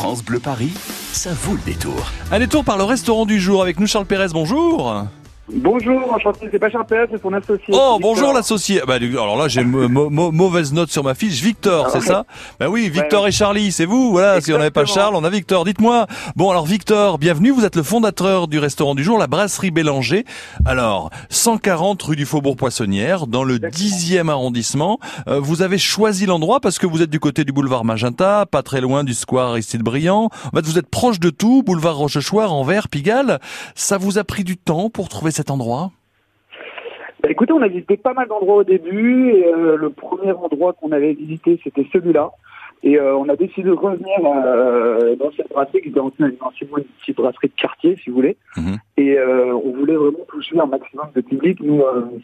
France Bleu Paris, ça vaut le détour. Un détour par le restaurant du jour avec nous, Charles Pérez, bonjour. Bonjour, enchanté, c'est pas Charles Pérez, c'est son associé. Oh, Victor. bonjour l'associé. Alors là, j'ai mauvaise note sur ma fiche. Victor, c'est ça? Ben oui, Victor et Charlie, c'est vous. Voilà, si on n'avait pas Charles, on a Victor. Dites-moi. Bon, alors Victor, bienvenue. Vous êtes le fondateur du restaurant du jour, la Brasserie Bélanger. Alors, 140 rue du Faubourg Poissonnière, dans le 10e arrondissement. Vous avez choisi l'endroit parce que vous êtes du côté du boulevard Magenta, pas très loin du square Aristide Briand. En fait, vous êtes proche de tout, boulevard Rochechouart, Anvers, Pigalle. Ça vous a pris du temps pour trouver cet endroit? Écoutez, on a visité pas mal d'endroits au début, et le premier endroit qu'on avait visité, c'était celui-là. Et on a décidé de revenir dans cette brasserie qui était anciennement une petite brasserie de quartier, si vous voulez. Et on voulait vraiment toucher un maximum de public. Nous,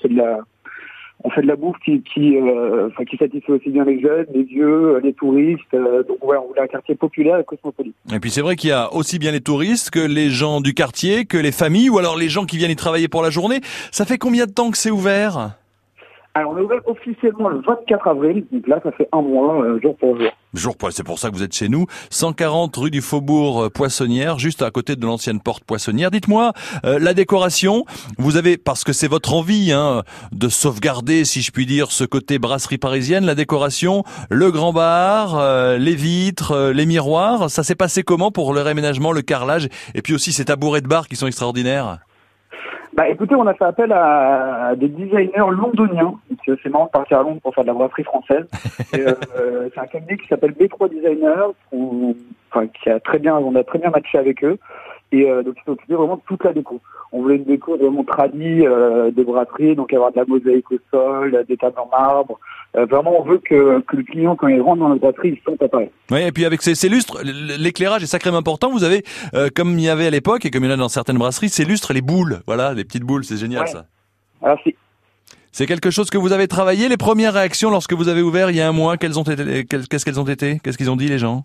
on fait de la bouffe qui satisfait aussi bien les jeunes, les vieux, les touristes. Donc voilà, on voulait un quartier populaire et cosmopolite. Et puis c'est vrai qu'il y a aussi bien les touristes que les gens du quartier, que les familles ou alors les gens qui viennent y travailler pour la journée. Ça fait combien de temps que c'est ouvert? Alors on a ouvert officiellement le 24 avril, donc là ça fait un mois, jour pour jour. C'est pour ça que vous êtes chez nous. 140 rue du Faubourg Poissonnière, juste à côté de l'ancienne porte Poissonnière. Dites-moi, la décoration, vous avez, parce que c'est votre envie de sauvegarder, si je puis dire, ce côté brasserie parisienne, la décoration, le grand bar, les vitres, les miroirs, ça s'est passé comment pour le réaménagement, le carrelage, et puis aussi ces tabourets de bar qui sont extraordinaires? Écoutez, on a fait appel à des designers londoniens. C'est marrant de partir à Londres pour faire de la brasserie française. C'est un cabinet qui s'appelle B3 Designers, on a très bien matché avec eux. Et donc ils s'ont occupés vraiment de toute la déco. On voulait une déco vraiment tradie de brasserie, donc avoir de la mosaïque au sol, des tables en marbre. Vraiment, on veut que le client, quand il rentre dans la brasserie, il sente à Paris. Oui, et puis avec ces lustres, l'éclairage est sacrément important. Vous avez, comme il y avait à l'époque et comme il y en a dans certaines brasseries, ces lustres, les boules. Voilà, les petites boules, c'est génial ça. Alors c'est quelque chose que vous avez travaillé. Les premières réactions lorsque vous avez ouvert il y a un mois, qu'est-ce qu'elles ont été? Qu'est-ce qu'ils ont dit les gens?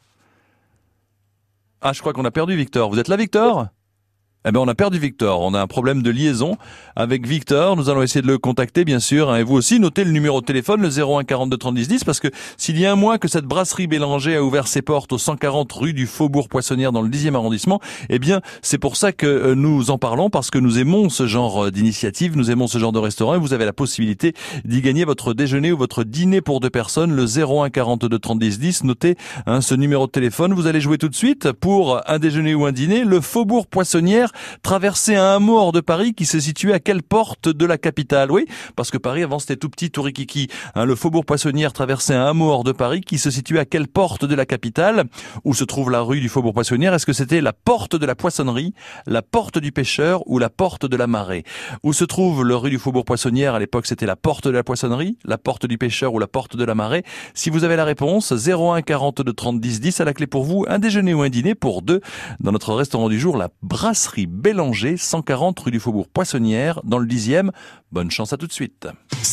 Ah, je crois qu'on a perdu Victor. Vous êtes là, Victor? Eh ben, on a perdu Victor. On a un problème de liaison avec Victor. Nous allons essayer de le contacter, bien sûr. Et vous aussi, notez le numéro de téléphone, le 01 42 30 10 10, parce que s'il y a un mois que cette brasserie Bélanger a ouvert ses portes au 140 rue du Faubourg Poissonnière dans le 10e arrondissement, eh bien, c'est pour ça que nous en parlons, parce que nous aimons ce genre d'initiative, nous aimons ce genre de restaurant, et vous avez la possibilité d'y gagner votre déjeuner ou votre dîner pour deux personnes, le 01 42 30 10 10. Notez ce numéro de téléphone. Vous allez jouer tout de suite pour un déjeuner ou un dîner, le Faubourg Poissonnière, traverser un hameau hors de Paris qui se situe à quelle porte de la capitale? Oui, parce que Paris avant c'était tout petit, tout rikiki. Le Faubourg Poissonnière traversait un hameau hors de Paris qui se situe à quelle porte de la capitale? Où se trouve la rue du Faubourg Poissonnière? Est-ce que c'était la porte de la poissonnerie, la porte du pêcheur ou la porte de la marée? Où se trouve le rue du Faubourg Poissonnière? À l'époque c'était la porte de la poissonnerie, la porte du pêcheur ou la porte de la marée? Si vous avez la réponse, 01 42 30 10 10 à la clé pour vous, un déjeuner ou un dîner pour deux dans notre restaurant du jour, la Brasserie Bélanger, 140 rue du Faubourg Poissonnière, dans le 10e. Bonne chance à tout de suite.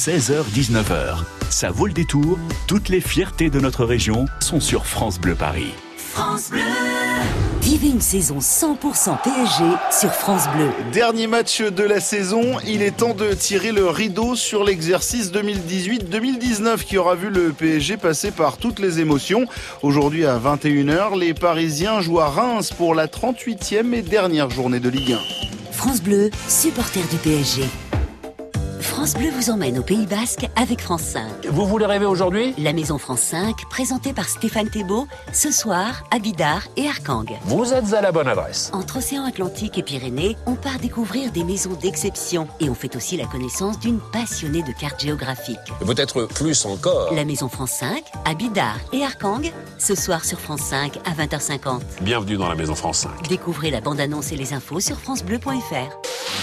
16h-19h, ça vaut le détour. Toutes les fiertés de notre région sont sur France Bleu Paris. France Bleu. Vivez une saison 100% PSG sur France Bleu. Dernier match de la saison, il est temps de tirer le rideau sur l'exercice 2018-2019 qui aura vu le PSG passer par toutes les émotions. Aujourd'hui à 21h, les Parisiens jouent à Reims pour la 38e et dernière journée de Ligue 1. France Bleu, supporter du PSG. France Bleu vous emmène au Pays Basque avec France 5. Vous voulez rêver aujourd'hui? La Maison France 5, présentée par Stéphane Thébault, ce soir à Bidart et Arcang. Vous êtes à la bonne adresse. Entre Océan Atlantique et Pyrénées, on part découvrir des maisons d'exception. Et on fait aussi la connaissance d'une passionnée de cartes géographiques. Peut-être plus encore. La Maison France 5, à Bidart et Arcang, ce soir sur France 5 à 20h50. Bienvenue dans la Maison France 5. Découvrez la bande-annonce et les infos sur francebleu.fr.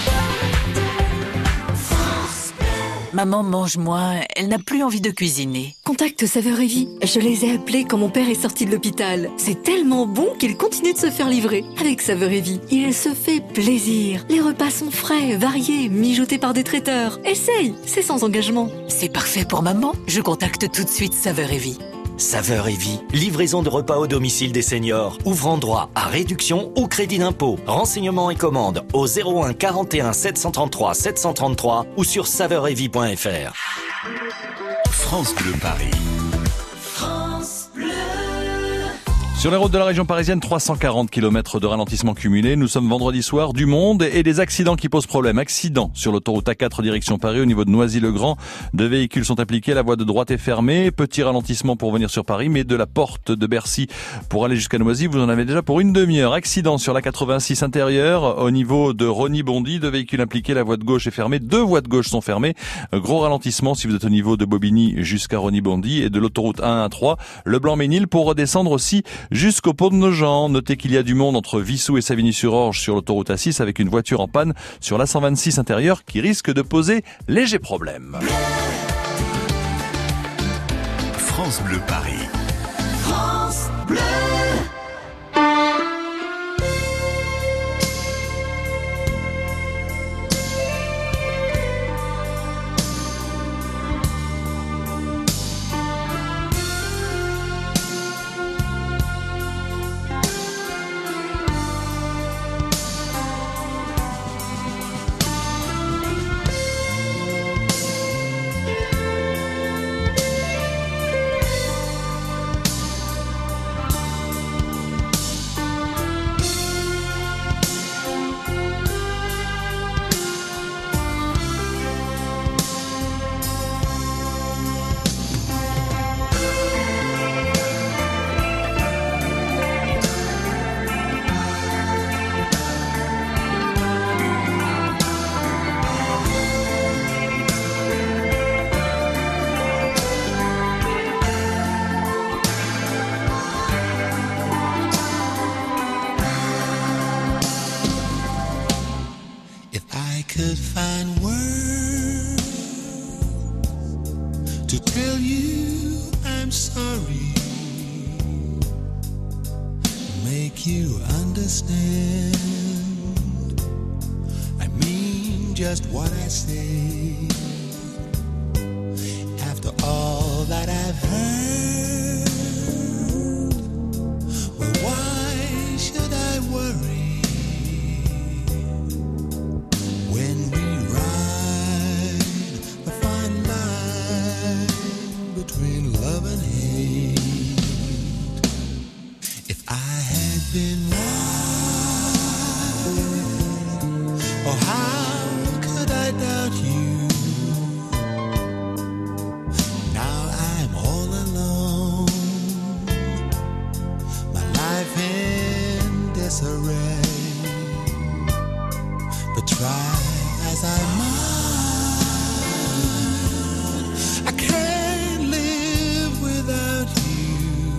Maman mange moins, elle n'a plus envie de cuisiner. Contacte Saveur et Vie. Je les ai appelés quand mon père est sorti de l'hôpital. C'est tellement bon qu'il continue de se faire livrer. Avec Saveur et Vie, il se fait plaisir. Les repas sont frais, variés, mijotés par des traiteurs. Essaye, c'est sans engagement. C'est parfait pour maman. Je contacte tout de suite Saveur et Vie. Saveur et Vie, livraison de repas au domicile des seniors, ouvrant droit à réduction ou crédit d'impôt. Renseignements et commandes au 01 41 733 733 ou sur saveuretvie.fr. France Bleu Paris. France Bleu. Sur les routes de la région parisienne, 340 km de ralentissement cumulé. Nous sommes vendredi soir, du monde et des accidents qui posent problème. Accident sur l'autoroute A4 direction Paris au niveau de Noisy-le-Grand. 2 véhicules sont impliqués, la voie de droite est fermée. Petit ralentissement pour venir sur Paris, mais de la porte de Bercy pour aller jusqu'à Noisy, vous en avez déjà pour une demi-heure. Accident sur la 86 intérieure au niveau de Rosny-Bondy. 2 véhicules impliqués, la voie de gauche est fermée. 2 voies de gauche sont fermées. Gros ralentissement si vous êtes au niveau de Bobigny jusqu'à Rosny-Bondy et de l'autoroute 113. Le Blanc-Ménil pour redescendre aussi jusqu'au pont de Nogent. Notez qu'il y a du monde entre Vissou et Savigny-sur-Orge sur l'autoroute A6 avec une voiture en panne sur la 126 intérieure qui risque de poser léger problème. France Bleu Paris. France Bleu. Could find words to tell you I'm sorry, make you understand. I mean just what I say. After all that I've heard, well, why should I worry? When we ride the fine line between love and hate, if I had been right, oh how could I doubt you? Now I'm all alone, my life in disarray. But try as I might, I can't live without you.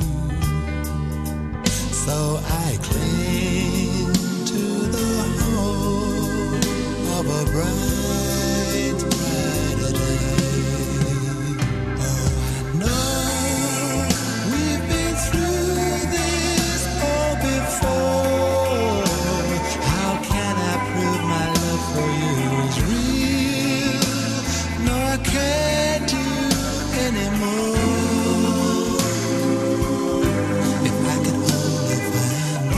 So I cling to the hope of a bright, brighter day. Oh, I know we've been through this all before. How can I prove my love for you is real? No, I can't do anymore. If I could only find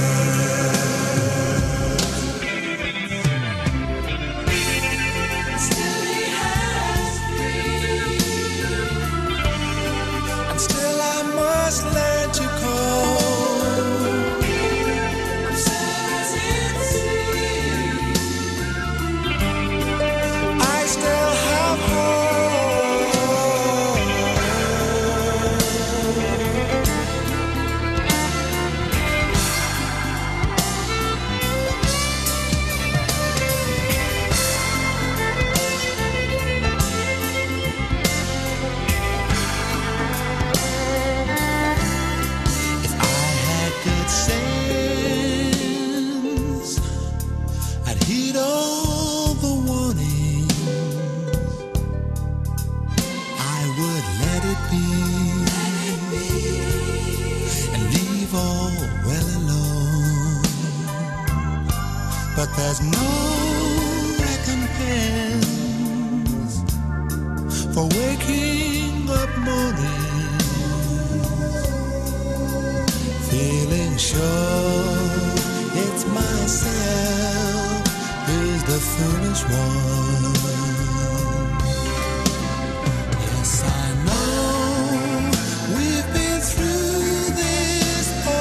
words. Still he has freedom, and still I must learn to call. I'm sad as it seems, I still have hope. If I had good sense, I'd heed all the warnings. I would let it be, and leave all well alone. But there's no recompense for waking up morning, feeling sure it's myself who's the foolish one. Yes, I know we've been through this all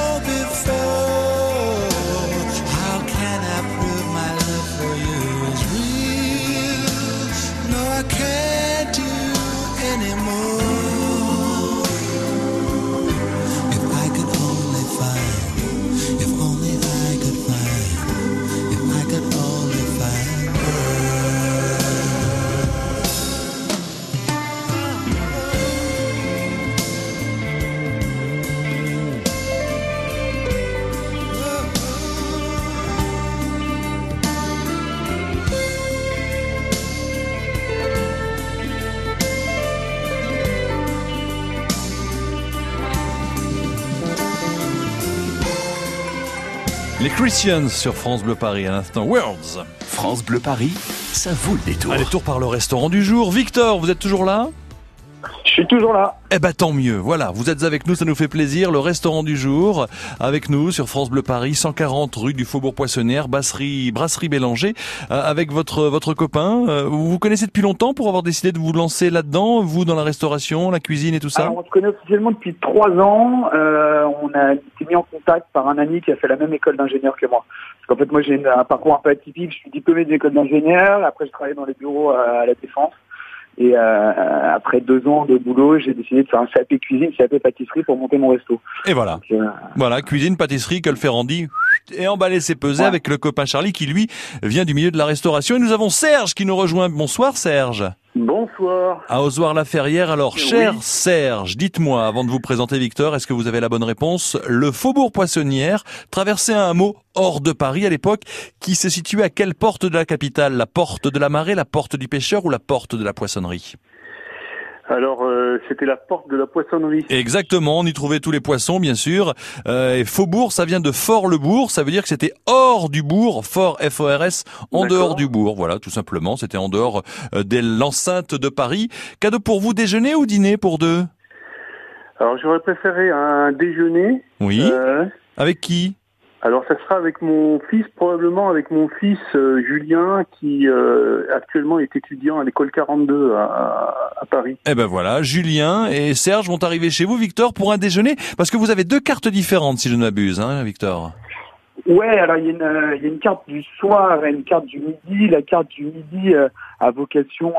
Les Christians sur France Bleu Paris, à l'instant Worlds. France Bleu Paris, ça vaut le détour. Allez, tour par le restaurant du jour. Victor, vous êtes toujours là ? Je suis toujours là. Eh ben tant mieux, voilà, vous êtes avec nous, ça nous fait plaisir. Le restaurant du jour, avec nous sur France Bleu Paris, 140 rue du Faubourg Poissonnière, brasserie Bélanger, avec votre copain. Vous vous connaissez depuis longtemps pour avoir décidé de vous lancer là-dedans, vous dans la restauration, la cuisine et tout ça? Alors, on se connaît officiellement depuis 3 ans. On a été mis en contact par un ami qui a fait la même école d'ingénieur que moi. Parce qu'en fait, moi j'ai un parcours un peu atypique. Je suis diplômé d'école d'ingénieur. Après, je travaillais dans les bureaux à la Défense. Et après 2 ans de boulot, j'ai décidé de faire un CAP cuisine, CAP pâtisserie pour monter mon resto. Et voilà. Donc, voilà, cuisine, pâtisserie, que le Ferrandi. Et emballer ses pesées avec le copain Charlie qui, lui, vient du milieu de la restauration. Et nous avons Serge qui nous rejoint. Bonsoir Serge. Bonsoir. À Ozoir-la-Ferrière. Alors, cher Serge, dites-moi, avant de vous présenter Victor, est-ce que vous avez la bonne réponse? Le Faubourg Poissonnière traversait un hameau hors de Paris à l'époque qui se situait à quelle porte de la capitale? La porte de la Marée, la porte du Pêcheur ou la porte de la Poissonnerie? Alors, c'était la porte de la Poissonnerie. Exactement, on y trouvait tous les poissons, bien sûr. Et Faubourg, ça vient de Fort-le-Bourg, ça veut dire que c'était hors du bourg, Fort, F-O-R-S, en dehors du bourg. Voilà, tout simplement, c'était en dehors de l'enceinte de Paris. Cadeau pour vous, déjeuner ou dîner pour deux? Alors, j'aurais préféré un déjeuner. Oui. Avec qui? Alors, ça sera avec mon fils, probablement avec mon fils Julien, qui actuellement est étudiant à l'école 42 à Paris. Eh ben voilà, Julien et Serge vont arriver chez vous, Victor, pour un déjeuner, parce que vous avez 2 cartes différentes, si je ne m'abuse, hein, Victor. Ouais, alors il y a une carte du soir et une carte du midi. La carte du midi a vocation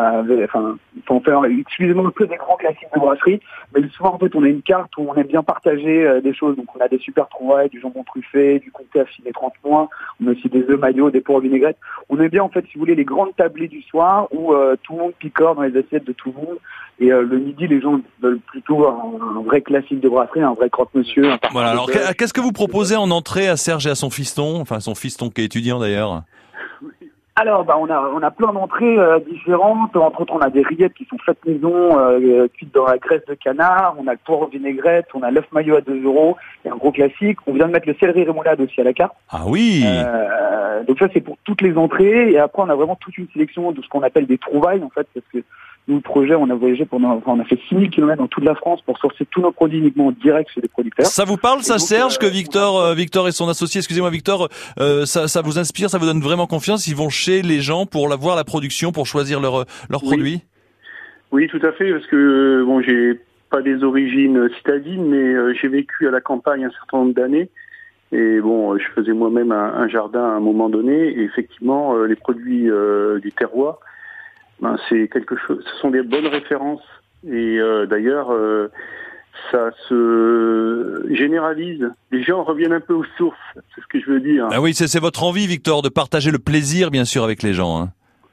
on fait exclusivement que des grands classiques de brasserie. Mais le soir, en fait, on a une carte où on aime bien partager des choses. Donc on a des super trouvailles, du jambon truffé, du comté affiné 30 mois. On a aussi des œufs maillots, des poires vinaigrettes. On aime bien, en fait, si vous voulez, les grandes tablées du soir où tout le monde picore dans les assiettes de tout le monde. Et le midi, les gens veulent plutôt un vrai classique de brasserie, un vrai croque-monsieur. Voilà, alors qu'est-ce que vous proposez en entrée à Serge et à son fiston? Enfin, son fiston qui est étudiant d'ailleurs. Alors, on a plein d'entrées différentes. Entre autres, on a des rillettes qui sont faites maison, cuites dans la graisse de canard. On a le poire vinaigrette, on a l'œuf maillot à 2 €, et un gros classique. On vient de mettre le céleri rémoulade aussi à la carte. Ah oui. Donc ça, c'est pour toutes les entrées. Et après, on a vraiment toute une sélection de ce qu'on appelle des trouvailles, en fait, parce que nous, le projet, on a voyagé on a fait 6000 km dans toute la France pour sourcer tous nos produits uniquement en direct chez des producteurs. Ça vous parle, ça, donc, Serge, que Victor et son associé, excusez-moi, Victor, ça vous inspire, ça vous donne vraiment confiance? Ils vont chez les gens pour voir la production, pour choisir leurs produits? Oui, tout à fait, parce que, j'ai pas des origines citadines, mais j'ai vécu à la campagne un certain nombre d'années. Et je faisais moi-même un jardin à un moment donné. Et effectivement, les produits du terroir, c'est quelque chose. Ce sont des bonnes références. Et d'ailleurs, ça se généralise. Les gens reviennent un peu aux sources. C'est ce que je veux dire. Ah oui, c'est votre envie, Victor, de partager le plaisir, bien sûr, avec les gens. Hein.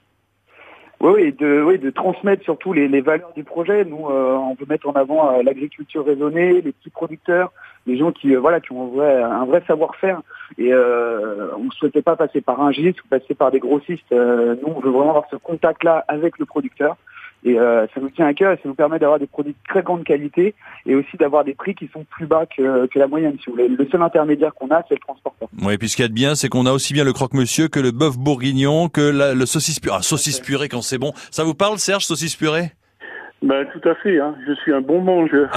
Oui, de transmettre surtout les valeurs du projet. Nous, on veut mettre en avant l'agriculture raisonnée, les petits producteurs, les gens qui ont un vrai savoir-faire. Et on ne souhaitait pas passer par un gîte ou passer par des grossistes. Nous, on veut vraiment avoir ce contact-là avec le producteur. Et ça nous tient à cœur et ça nous permet d'avoir des produits de très grande qualité et aussi d'avoir des prix qui sont plus bas que la moyenne, si vous voulez. Le seul intermédiaire qu'on a, c'est le transporteur. Oui, puis ce qu'il y a de bien, c'est qu'on a aussi bien le croque-monsieur que le bœuf bourguignon, que le saucisse purée. Ah, saucisse purée quand c'est bon. Ça vous parle, Serge, saucisse purée? Tout à fait, hein. Je suis un bon mangeur.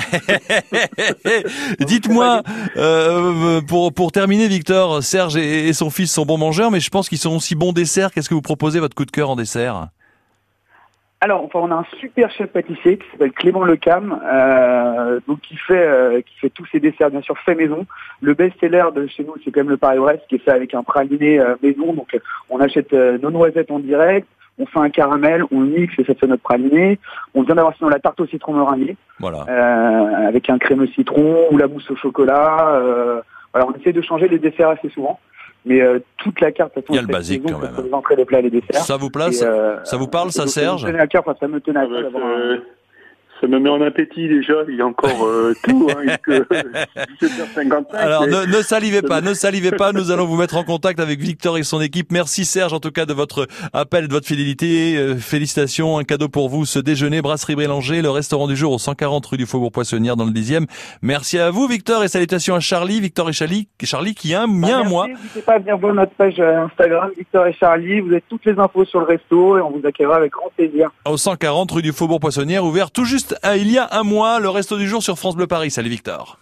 Dites-moi, pour terminer, Victor, Serge et son fils sont bons mangeurs, mais je pense qu'ils sont aussi bons desserts. Qu'est-ce que vous proposez, votre coup de cœur en dessert? Alors, on a un super chef pâtissier qui s'appelle Clément Lecam, donc qui fait tous ses desserts, bien sûr, fait maison. Le best-seller de chez nous, c'est quand même le Paris-Brest, qui est fait avec un praliné maison. Donc, on achète nos noisettes en direct, on fait un caramel, on le mixe et ça fait notre praliné. On vient d'avoir sinon la tarte au citron meringuée, voilà, avec un crémeux citron ou la mousse au chocolat. Voilà, on essaie de changer les desserts assez souvent. Mais toute la carte, il y a le basique quand même. Les entrées, les plats, les desserts. Ça vous place? Ça vous parle, ça, Serge? Ça me tenait à cœur, ça me tenait à cœur d'avoir Ça me met en appétit déjà, il y a encore tout, hein, et que 17h55. Alors ne salivez pas, nous allons vous mettre en contact avec Victor et son équipe. Merci Serge en tout cas de votre appel, de votre fidélité. Félicitations, un cadeau pour vous, ce déjeuner Brasserie Bélanger, le restaurant du jour au 140 rue du Faubourg Poissonnière dans le 10e. Merci à vous Victor et salutations à Charlie, Victor et Charlie qui y a un mois. N'hésitez pas à venir voir notre page Instagram, Victor et Charlie, vous avez toutes les infos sur le resto et on vous accueillera avec grand plaisir. Au 140 rue du Faubourg Poissonnière, ouvert tout juste il y a un mois, le resto du jour sur France Bleu Paris. Salut Victor.